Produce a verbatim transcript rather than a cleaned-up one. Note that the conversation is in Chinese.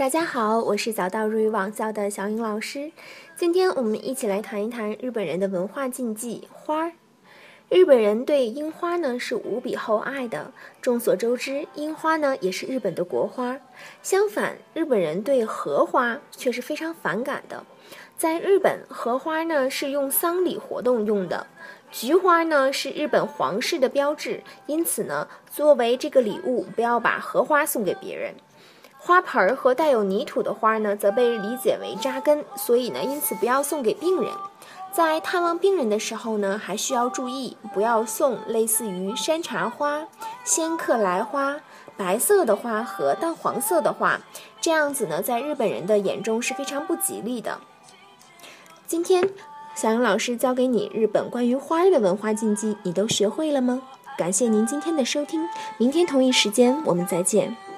大家好，我是早到日语网校的小颖老师。今天我们一起来谈一谈日本人的文化禁忌花儿。日本人对樱花呢是无比厚爱的。众所周知，樱花呢也是日本的国花。相反，日本人对荷花却是非常反感的。在日本，荷花呢是用丧礼活动用的。菊花呢是日本皇室的标志，因此呢，作为这个礼物，不要把荷花送给别人。花盆和带有泥土的花呢，则被理解为扎根，所以呢，因此不要送给病人。在探望病人的时候呢，还需要注意，不要送类似于山茶花、仙客来花、白色的花和淡黄色的花，这样子呢，在日本人的眼中是非常不吉利的。今天，小颖老师教给你日本关于花的文化禁忌，你都学会了吗？感谢您今天的收听，明天同一时间我们再见。